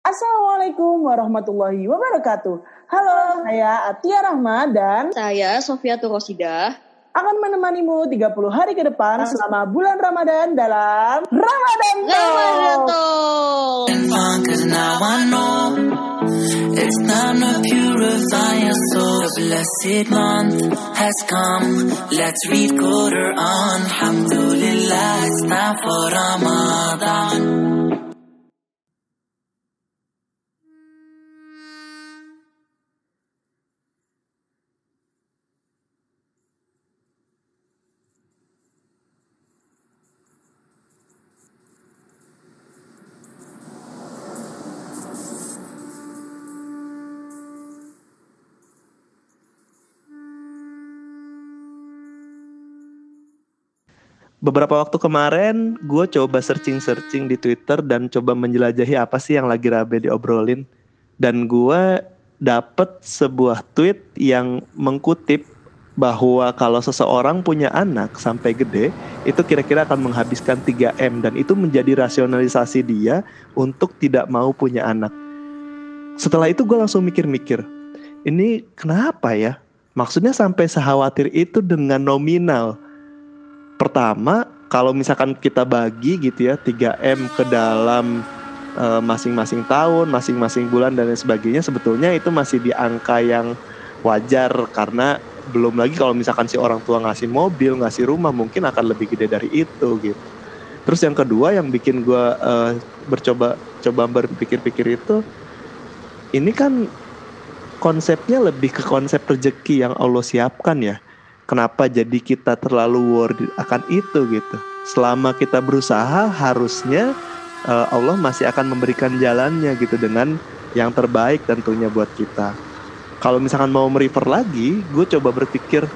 Assalamualaikum warahmatullahi wabarakatuh. Halo, saya Atia Rahma dan saya Sofiatul Rosidah akan menemanimu 30 hari ke depan selama bulan Ramadan dalam Ramadan Talk. It's time to purify your soul. The blessed month has come. Let's read Quran. Alhamdulillah, it's time for Ramadan. Beberapa waktu kemarin, gue coba searching di Twitter dan coba menjelajahi apa sih yang lagi rame diobrolin. Dan gue dapet sebuah tweet yang mengkutip bahwa kalau seseorang punya anak sampai gede, itu kira-kira akan menghabiskan 3M. Dan itu menjadi rasionalisasi dia untuk tidak mau punya anak. Setelah itu gue langsung mikir-mikir, ini kenapa ya? Maksudnya sampai sekhawatir itu dengan nominal. Pertama, kalau misalkan kita bagi gitu ya 3M ke dalam masing-masing tahun, masing-masing bulan dan lain sebagainya, sebetulnya itu masih di angka yang wajar. Karena belum lagi kalau misalkan si orang tua ngasih mobil, ngasih rumah, mungkin akan lebih gede dari itu gitu. Terus yang kedua yang bikin gue coba berpikir-pikir itu, ini kan konsepnya lebih ke konsep rezeki yang Allah siapkan ya. Kenapa jadi kita terlalu worried akan itu gitu? Selama kita berusaha, harusnya Allah masih akan memberikan jalannya gitu dengan yang terbaik tentunya buat kita. Kalau misalkan mau merefer lagi, gue coba berpikir,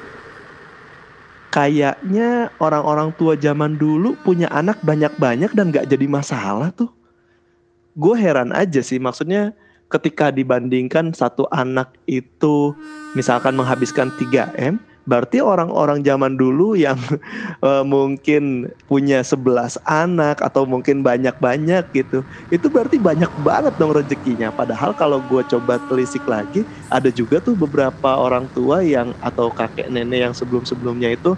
kayaknya orang-orang tua zaman dulu punya anak banyak-banyak dan gak jadi masalah tuh. Gue heran aja sih, maksudnya ketika dibandingkan satu anak itu misalkan menghabiskan 3M, berarti orang-orang zaman dulu yang mungkin punya 11 anak atau mungkin banyak-banyak gitu, itu berarti banyak banget dong rezekinya. Padahal kalau gue coba telisik lagi, ada juga tuh beberapa orang tua yang atau kakek nenek yang sebelum-sebelumnya itu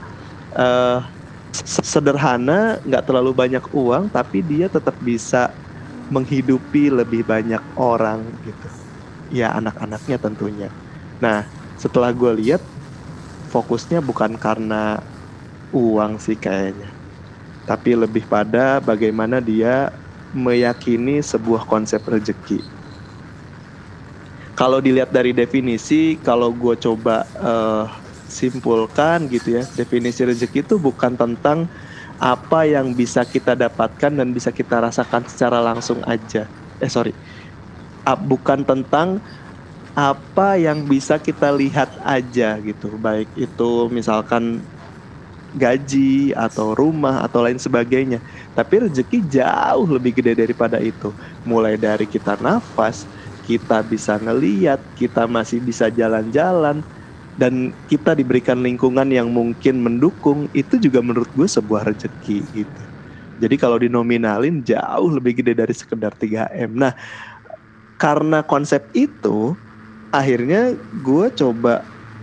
sederhana, gak terlalu banyak uang, tapi dia tetap bisa menghidupi lebih banyak orang gitu. Ya anak-anaknya tentunya. Nah setelah gue lihat, fokusnya bukan karena uang sih kayaknya, tapi lebih pada bagaimana dia meyakini sebuah konsep rezeki. Kalau dilihat dari definisi, kalau gue coba simpulkan gitu ya, definisi rezeki itu bukan tentang apa yang bisa kita dapatkan dan bisa kita rasakan secara langsung aja. Bukan tentang apa yang bisa kita lihat aja gitu, baik itu misalkan gaji atau rumah atau lain sebagainya. Tapi rezeki jauh lebih gede daripada itu. Mulai dari kita nafas, kita bisa ngeliat, kita masih bisa jalan-jalan, dan kita diberikan lingkungan yang mungkin mendukung, itu juga menurut gue sebuah rezeki gitu. Jadi kalau dinominalin jauh lebih gede dari sekedar 3M. Nah, karena konsep itu, akhirnya gue coba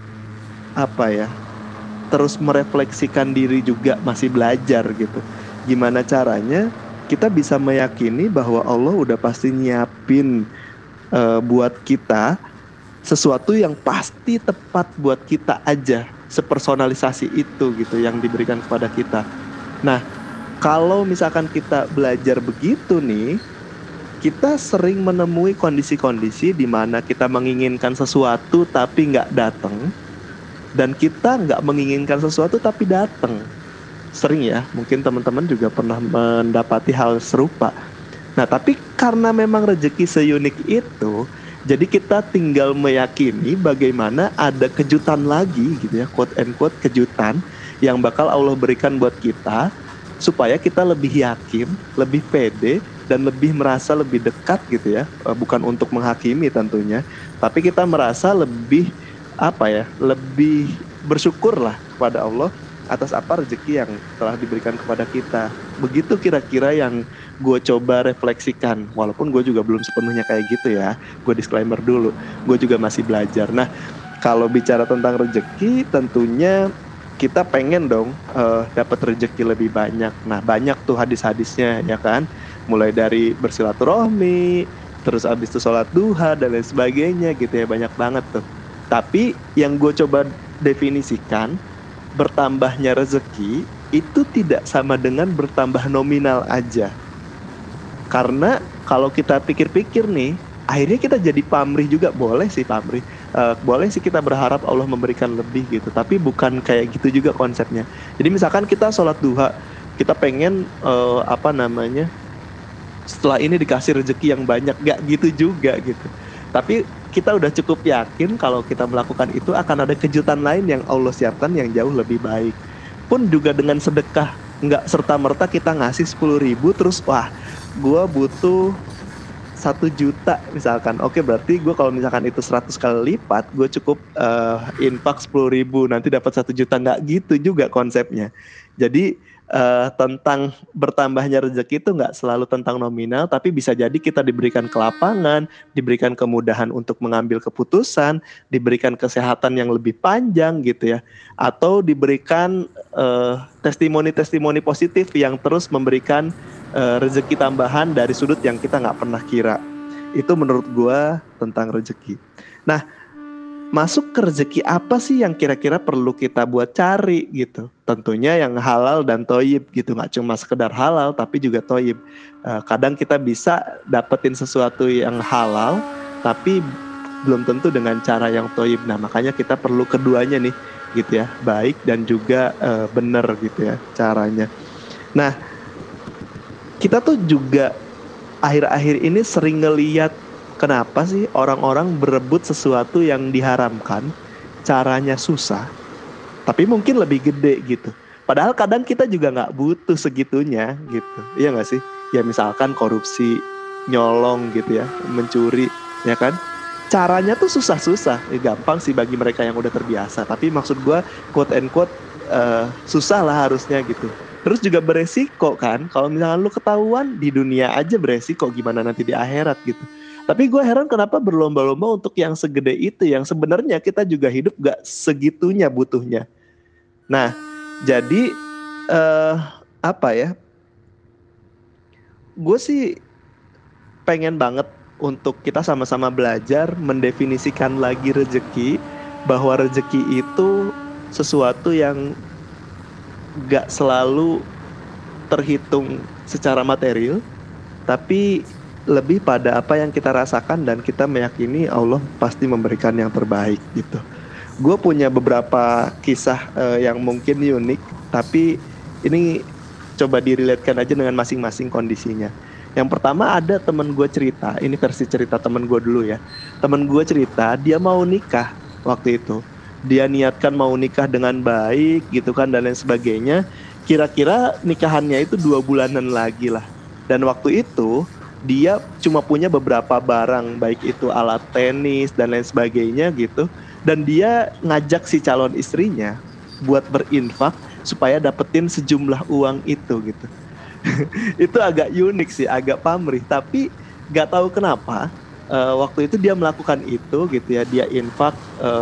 terus merefleksikan diri juga, masih belajar gitu. Gimana caranya kita bisa meyakini bahwa Allah udah pasti nyiapin buat kita sesuatu yang pasti tepat buat kita aja, sepersonalisasi itu gitu yang diberikan kepada kita. Nah, kalau misalkan kita belajar begitu nih, kita sering menemui kondisi-kondisi di mana kita menginginkan sesuatu tapi nggak datang, dan kita nggak menginginkan sesuatu tapi datang. Sering ya, mungkin teman-teman juga pernah mendapati hal serupa. Nah, tapi karena memang rezeki seunik itu, jadi kita tinggal meyakini bagaimana ada kejutan lagi gitu ya, quote and quote kejutan yang bakal Allah berikan buat kita, supaya kita lebih yakin, lebih pede, dan lebih merasa lebih dekat gitu ya. Bukan untuk menghakimi tentunya, tapi kita merasa lebih lebih bersyukur lah kepada Allah atas apa rezeki yang telah diberikan kepada kita. Begitu kira-kira yang gue coba refleksikan, walaupun gue juga belum sepenuhnya kayak gitu ya. Gue disclaimer dulu, gue juga masih belajar. Nah, kalau bicara tentang rezeki, tentunya kita pengen dong dapat rezeki lebih banyak. Nah, banyak tuh hadis-hadisnya ya kan. Mulai dari bersilaturahmi, terus abis itu sholat duha dan lain sebagainya gitu ya, banyak banget tuh. Tapi yang gue coba definisikan, bertambahnya rezeki itu tidak sama dengan bertambah nominal aja. Karena kalau kita pikir-pikir nih, akhirnya kita jadi pamrih juga. Boleh sih pamrih, boleh sih kita berharap Allah memberikan lebih gitu, tapi bukan kayak gitu juga konsepnya. Jadi misalkan kita sholat duha, kita pengen setelah ini dikasih rezeki yang banyak, gak gitu juga gitu. Tapi kita udah cukup yakin kalau kita melakukan itu akan ada kejutan lain yang Allah siapkan yang jauh lebih baik. Pun juga dengan sedekah, nggak serta-merta kita ngasih 10.000 terus wah gue butuh 1 juta misalkan. Oke, berarti gue kalau misalkan itu 100 kali lipat, gue cukup infak 10.000 nanti dapat 1 juta. Nggak gitu juga konsepnya. Jadi tentang bertambahnya rezeki itu nggak selalu tentang nominal, tapi bisa jadi kita diberikan kelapangan, diberikan kemudahan untuk mengambil keputusan, diberikan kesehatan yang lebih panjang gitu ya, atau diberikan testimoni-testimoni positif yang terus memberikan rezeki tambahan dari sudut yang kita nggak pernah kira. Itu menurut gue tentang rezeki. Nah, masuk ke rezeki apa sih yang kira-kira perlu kita buat cari gitu? Tentunya yang halal dan toyib gitu, nggak cuma sekedar halal tapi juga toyib. Kadang kita bisa dapetin sesuatu yang halal tapi belum tentu dengan cara yang toyib. Nah, makanya kita perlu keduanya nih gitu ya, baik dan juga benar gitu ya caranya. Nah, kita tuh juga akhir-akhir ini sering ngeliat kenapa sih orang-orang berebut sesuatu yang diharamkan, caranya susah, tapi mungkin lebih gede gitu. Padahal kadang kita juga nggak butuh segitunya gitu, iya nggak sih? Ya misalkan korupsi, nyolong gitu ya, mencuri, ya kan? Caranya tuh susah-susah, gampang sih bagi mereka yang udah terbiasa. Tapi maksud gue, quote and quote, susah lah harusnya gitu. Terus juga beresiko kan, kalau misalkan lu ketahuan di dunia aja beresiko, gimana nanti di akhirat gitu. Tapi gue heran kenapa berlomba-lomba untuk yang segede itu, yang sebenarnya kita juga hidup gak segitunya butuhnya. Nah, jadi gue sih pengen banget untuk kita sama-sama belajar mendefinisikan lagi rezeki, bahwa rezeki itu sesuatu yang gak selalu terhitung secara material, tapi lebih pada apa yang kita rasakan dan kita meyakini Allah pasti memberikan yang terbaik gitu. Gue punya beberapa kisah yang mungkin unik, tapi ini coba diriletkan aja dengan masing-masing kondisinya. Yang pertama, ada temen gue cerita, ini versi cerita temen gue dulu ya. Temen gue cerita dia mau nikah waktu itu. Dia niatkan mau nikah dengan baik gitu kan dan lain sebagainya. Kira-kira nikahannya itu 2 bulanan lagi lah. Dan waktu itu dia cuma punya beberapa barang, baik itu alat tenis dan lain sebagainya gitu. Dan dia ngajak si calon istrinya buat berinfak supaya dapetin sejumlah uang itu gitu. Itu agak unik sih, agak pamrih. Tapi gak tahu kenapa waktu itu dia melakukan itu gitu ya. Dia infak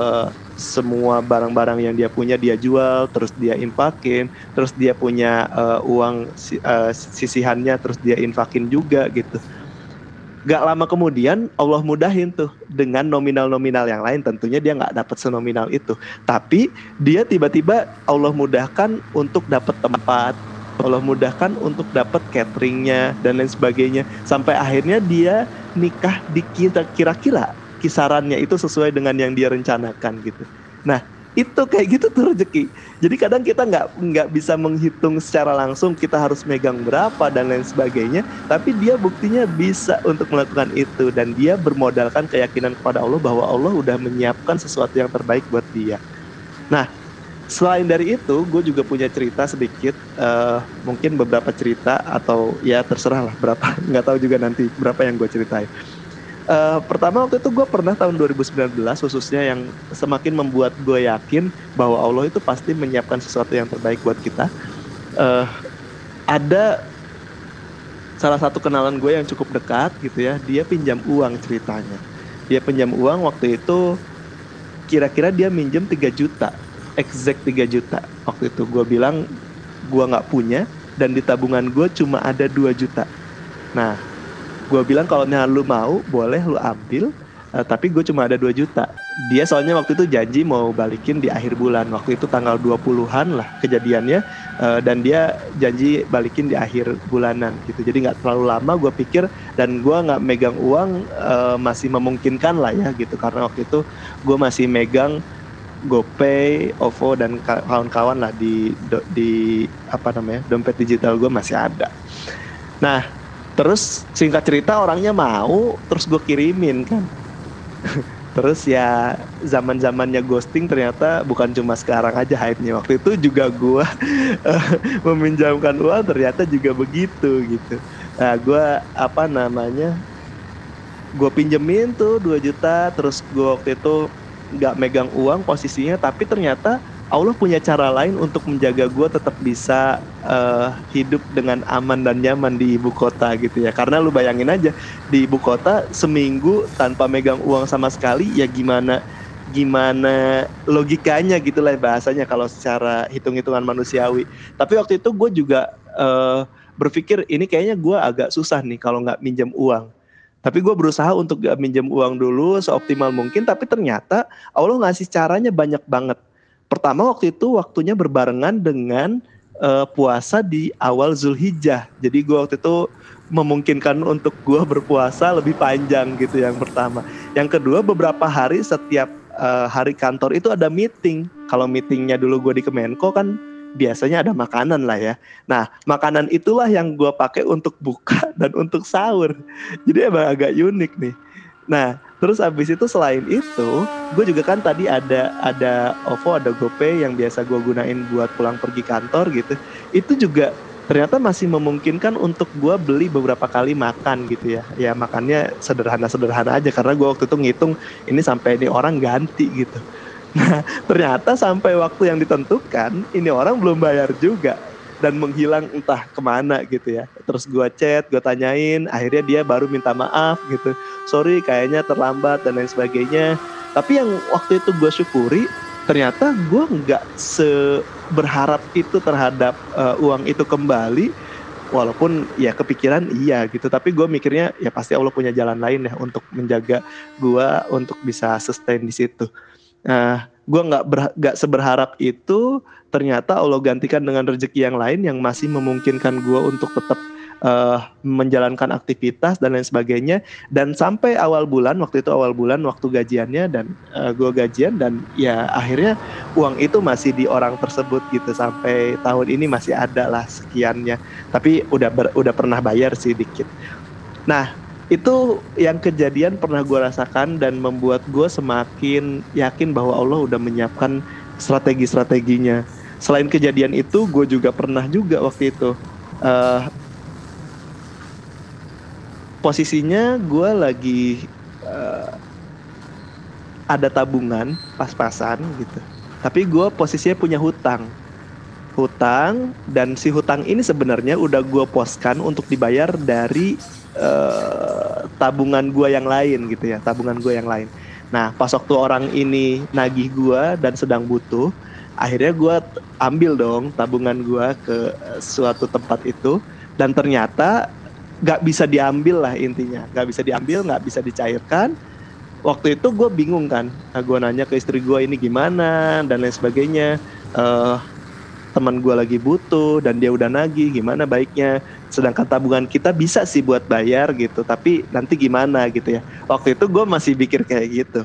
semua barang-barang yang dia punya dia jual, terus dia infakin, terus dia punya uang sisihannya, terus dia infakin juga gitu. Gak lama kemudian Allah mudahin tuh dengan nominal-nominal yang lain. Tentunya dia gak dapat senominal itu, tapi dia tiba-tiba Allah mudahkan untuk dapat tempat, Allah mudahkan untuk dapat cateringnya dan lain sebagainya. Sampai akhirnya dia nikah di kira-kira kisarannya itu sesuai dengan yang dia rencanakan gitu. Nah, itu kayak gitu tuh rezeki. Jadi kadang kita nggak bisa menghitung secara langsung kita harus megang berapa dan lain sebagainya, tapi dia buktinya bisa untuk melakukan itu dan dia bermodalkan keyakinan kepada Allah bahwa Allah udah menyiapkan sesuatu yang terbaik buat dia. Nah, selain dari itu, gue juga punya cerita sedikit, mungkin beberapa cerita atau ya terserah lah berapa, nggak tahu juga nanti berapa yang gue ceritain. Pertama waktu itu gue pernah tahun 2019 khususnya yang semakin membuat gue yakin bahwa Allah itu pasti menyiapkan sesuatu yang terbaik buat kita. Ada salah satu kenalan gue yang cukup dekat gitu ya, dia pinjam uang ceritanya. Dia pinjam uang waktu itu kira-kira dia minjem 3 juta, exact 3 juta. Waktu itu gue bilang gue gak punya dan di tabungan gue cuma ada 2 juta. Nah, gue bilang kalau lu mau boleh lu ambil, tapi gue cuma ada 2 juta. Dia soalnya waktu itu janji mau balikin di akhir bulan. Waktu itu tanggal 20-an lah kejadiannya, dan dia janji balikin di akhir bulanan gitu. Jadi gak terlalu lama gue pikir, dan gue gak megang uang, masih memungkinkan lah ya gitu. Karena waktu itu gue masih megang GoPay, OVO dan kawan-kawan lah di dompet digital gue masih ada. Nah, terus singkat cerita orangnya mau, terus gue kirimin kan. Terus ya zaman-zamannya ghosting ternyata bukan cuma sekarang aja hype-nya. Waktu itu juga gue meminjamkan uang ternyata juga begitu gitu. Nah gue pinjemin tuh 2 juta, terus gue waktu itu gak megang uang posisinya, tapi ternyata Allah punya cara lain untuk menjaga gue tetap bisa hidup dengan aman dan nyaman di ibu kota gitu ya. Karena lu bayangin aja, di ibu kota seminggu tanpa megang uang sama sekali, ya gimana logikanya gitu lah bahasanya kalau secara hitung-hitungan manusiawi. Tapi waktu itu gue juga berpikir ini kayaknya gue agak susah nih kalau gak minjem uang. Tapi gue berusaha untuk gak minjem uang dulu seoptimal mungkin, tapi ternyata Allah ngasih caranya banyak banget. Pertama waktu itu waktunya berbarengan dengan puasa di awal Zulhijjah. Jadi gue waktu itu memungkinkan untuk gue berpuasa lebih panjang gitu yang pertama. Yang kedua beberapa hari setiap hari kantor itu ada meeting. Kalau meetingnya dulu gue di Kemenko kan biasanya ada makanan lah ya. Nah makanan itulah yang gue pakai untuk buka dan untuk sahur. Jadi emang agak unik nih. Nah terus abis itu selain itu, gue juga kan tadi ada OVO, ada GoPay yang biasa gue gunain buat pulang pergi kantor gitu. Itu juga ternyata masih memungkinkan untuk gue beli beberapa kali makan gitu ya. Ya makannya sederhana aja karena gue waktu itu ngitung ini sampai ini orang ganti gitu. Nah ternyata sampai waktu yang ditentukan ini orang belum bayar juga dan menghilang entah kemana gitu ya. Terus gue chat, gue tanyain, akhirnya dia baru minta maaf gitu. Sorry kayaknya terlambat dan lain sebagainya. Tapi yang waktu itu gue syukuri, ternyata gue gak seberharap itu terhadap uang itu kembali. Walaupun ya kepikiran iya gitu. Tapi gue mikirnya ya pasti Allah punya jalan lain ya untuk menjaga gue untuk bisa sustain di situ. Nah, gue gak seberharap itu, ternyata Allah gantikan dengan rezeki yang lain yang masih memungkinkan gue untuk tetap menjalankan aktivitas dan lain sebagainya. Dan sampai awal bulan waktu gajiannya dan gue gajian dan ya akhirnya uang itu masih di orang tersebut gitu sampai tahun ini masih ada lah sekiannya. Tapi udah pernah bayar sih dikit. Nah itu yang kejadian pernah gue rasakan dan membuat gue semakin yakin bahwa Allah udah menyiapkan strategi-strateginya. Selain kejadian itu, gue juga pernah juga waktu itu posisinya gue lagi ada tabungan pas-pasan gitu. Tapi gue posisinya punya hutang dan si hutang ini sebenarnya udah gue poskan untuk dibayar dari tabungan gue yang lain gitu ya, Nah pas waktu orang ini nagih gue dan sedang butuh, akhirnya gue ambil dong tabungan gue ke suatu tempat itu dan ternyata gak bisa diambil lah intinya, gak bisa dicairkan. Waktu itu gue bingung kan, gue nanya ke istri gue ini gimana dan lain sebagainya. Teman gue lagi butuh dan dia udah nagih, gimana baiknya? Sedangkan tabungan kita bisa sih buat bayar gitu, tapi nanti gimana gitu ya. Waktu itu gue masih pikir kayak gitu.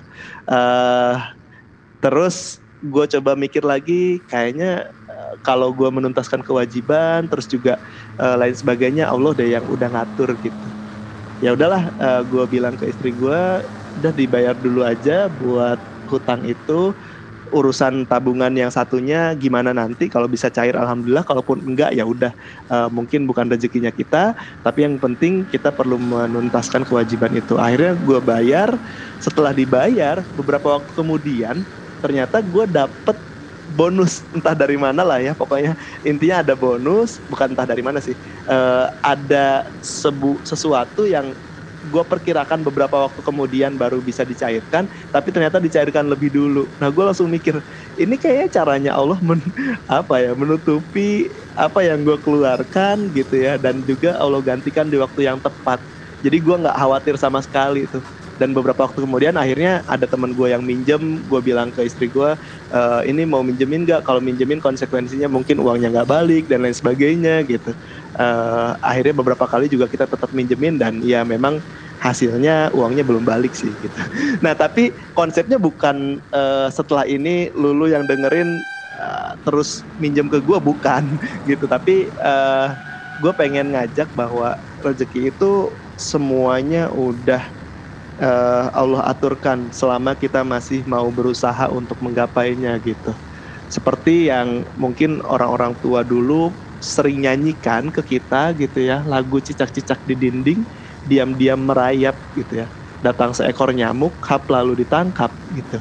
Terus gue coba mikir lagi, kayaknya kalau gue menuntaskan kewajiban, terus juga lain sebagainya, Allah deh yang udah ngatur gitu. Ya udahlah, gue bilang ke istri gue, udah dibayar dulu aja buat hutang itu. urusan tabungan yang satunya gimana nanti, kalau bisa cair alhamdulillah, kalaupun enggak ya udah, mungkin bukan rezekinya kita, tapi yang penting kita perlu menuntaskan kewajiban itu. Akhirnya gue bayar. Setelah dibayar beberapa waktu kemudian ternyata gue dapet bonus, entah dari mana lah ya, pokoknya intinya ada bonus, bukan entah dari mana sih, ada sesuatu yang gue perkirakan beberapa waktu kemudian baru bisa dicairkan, tapi ternyata dicairkan lebih dulu. Nah gue langsung mikir, ini kayaknya caranya Allah menutupi apa yang gue keluarkan gitu ya, dan juga Allah gantikan di waktu yang tepat. Jadi gue nggak khawatir sama sekali tuh. Dan beberapa waktu kemudian akhirnya ada teman gue yang minjem, gue bilang ke istri gue, ini mau minjemin nggak? Kalau minjemin konsekuensinya mungkin uangnya nggak balik dan lain sebagainya gitu. Akhirnya beberapa kali juga kita tetap minjemin dan ya memang hasilnya uangnya belum balik sih gitu. Nah tapi konsepnya bukan setelah ini Lulu yang dengerin terus minjem ke gue, bukan gitu. Tapi gue pengen ngajak bahwa rezeki itu semuanya udah Allah aturkan selama kita masih mau berusaha untuk menggapainya gitu. Seperti yang mungkin orang-orang tua dulu sering nyanyikan ke kita gitu ya, lagu cicak-cicak di dinding diam-diam merayap gitu ya, datang seekor nyamuk hap lalu ditangkap gitu.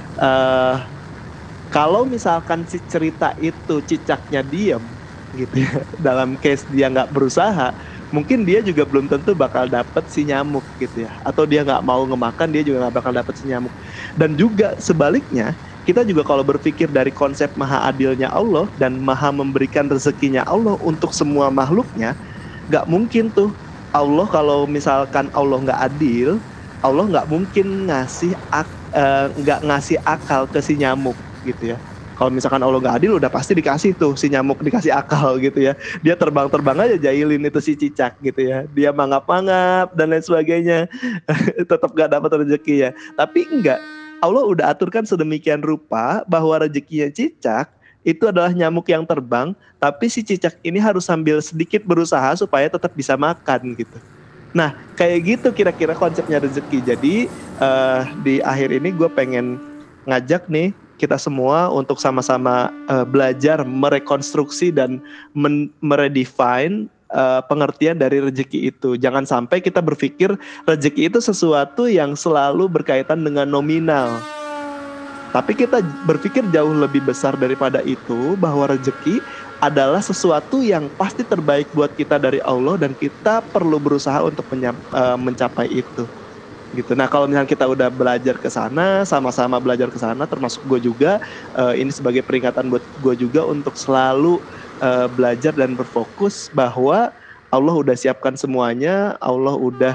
Kalau misalkan si cerita itu cicaknya diam gitu ya, dalam case dia nggak berusaha, mungkin dia juga belum tentu bakal dapet si nyamuk gitu ya, atau dia nggak mau ngemakan, dia juga nggak bakal dapet si nyamuk. Dan juga sebaliknya, kita juga kalau berpikir dari konsep maha adilnya Allah dan maha memberikan rezekinya Allah untuk semua makhluknya, nggak mungkin tuh Allah, kalau misalkan Allah nggak adil, Allah nggak mungkin nggak ngasih akal ke si nyamuk gitu ya. Kalau misalkan Allah nggak adil, udah pasti dikasih tuh si nyamuk, dikasih akal gitu ya. Dia terbang-terbang aja jahilin itu si cicak gitu ya. Dia mangap-mangap dan lain sebagainya. Tetap nggak dapat rezeki ya. Tapi enggak, Allah udah aturkan sedemikian rupa bahwa rezekinya cicak itu adalah nyamuk yang terbang. Tapi si cicak ini harus sambil sedikit berusaha supaya tetap bisa makan gitu. Nah kayak gitu kira-kira konsepnya rezeki. Jadi di akhir ini gue pengen ngajak nih kita semua untuk sama-sama belajar merekonstruksi dan meredefine pengertian dari rezeki itu. Jangan sampai kita berpikir rezeki itu sesuatu yang selalu berkaitan dengan nominal. Tapi kita berpikir jauh lebih besar daripada itu, bahwa rezeki adalah sesuatu yang pasti terbaik buat kita dari Allah dan kita perlu berusaha untuk mencapai itu. Gitu. Nah kalau misalnya kita udah belajar ke sana, sama-sama belajar ke sana, termasuk gue juga, ini sebagai peringatan buat gue juga untuk selalu belajar dan berfokus bahwa Allah udah siapkan semuanya, Allah udah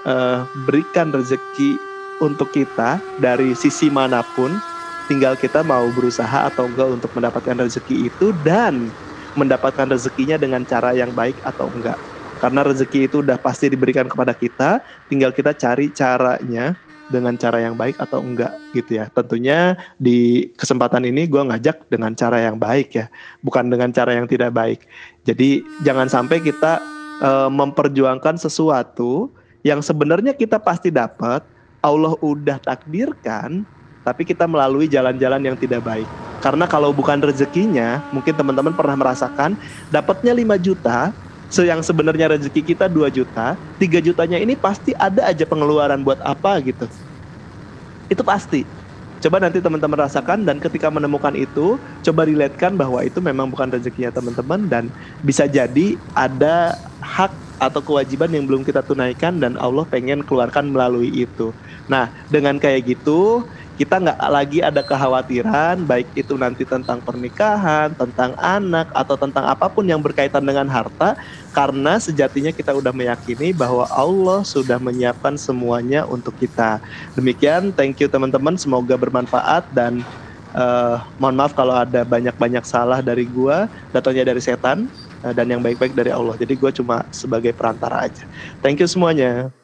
berikan rezeki untuk kita dari sisi manapun, tinggal kita mau berusaha atau enggak untuk mendapatkan rezeki itu dan mendapatkan rezekinya dengan cara yang baik atau enggak. Karena rezeki itu udah pasti diberikan kepada kita, tinggal kita cari caranya dengan cara yang baik atau enggak gitu ya. Tentunya di kesempatan ini gue ngajak dengan cara yang baik ya, bukan dengan cara yang tidak baik. Jadi jangan sampai kita memperjuangkan sesuatu yang sebenarnya kita pasti dapat, Allah udah takdirkan, tapi kita melalui jalan-jalan yang tidak baik. Karena kalau bukan rezekinya, mungkin teman-teman pernah merasakan dapatnya 5 juta, yang sebenarnya rezeki kita 2 juta, 3 jutanya ini pasti ada aja pengeluaran buat apa gitu. Itu pasti. Coba nanti teman-teman rasakan, dan ketika menemukan itu, coba relatekan bahwa itu memang bukan rezekinya teman-teman, dan bisa jadi ada hak atau kewajiban yang belum kita tunaikan dan Allah pengen keluarkan melalui itu. Nah, dengan kayak gitu, kita nggak lagi ada kekhawatiran, baik itu nanti tentang pernikahan, tentang anak, atau tentang apapun yang berkaitan dengan harta, karena sejatinya kita udah meyakini bahwa Allah sudah menyiapkan semuanya untuk kita. Demikian, thank you teman-teman, semoga bermanfaat, dan mohon maaf kalau ada banyak-banyak salah dari gua, datangnya dari setan, dan yang baik-baik dari Allah. Jadi gua cuma sebagai perantara aja. Thank you semuanya.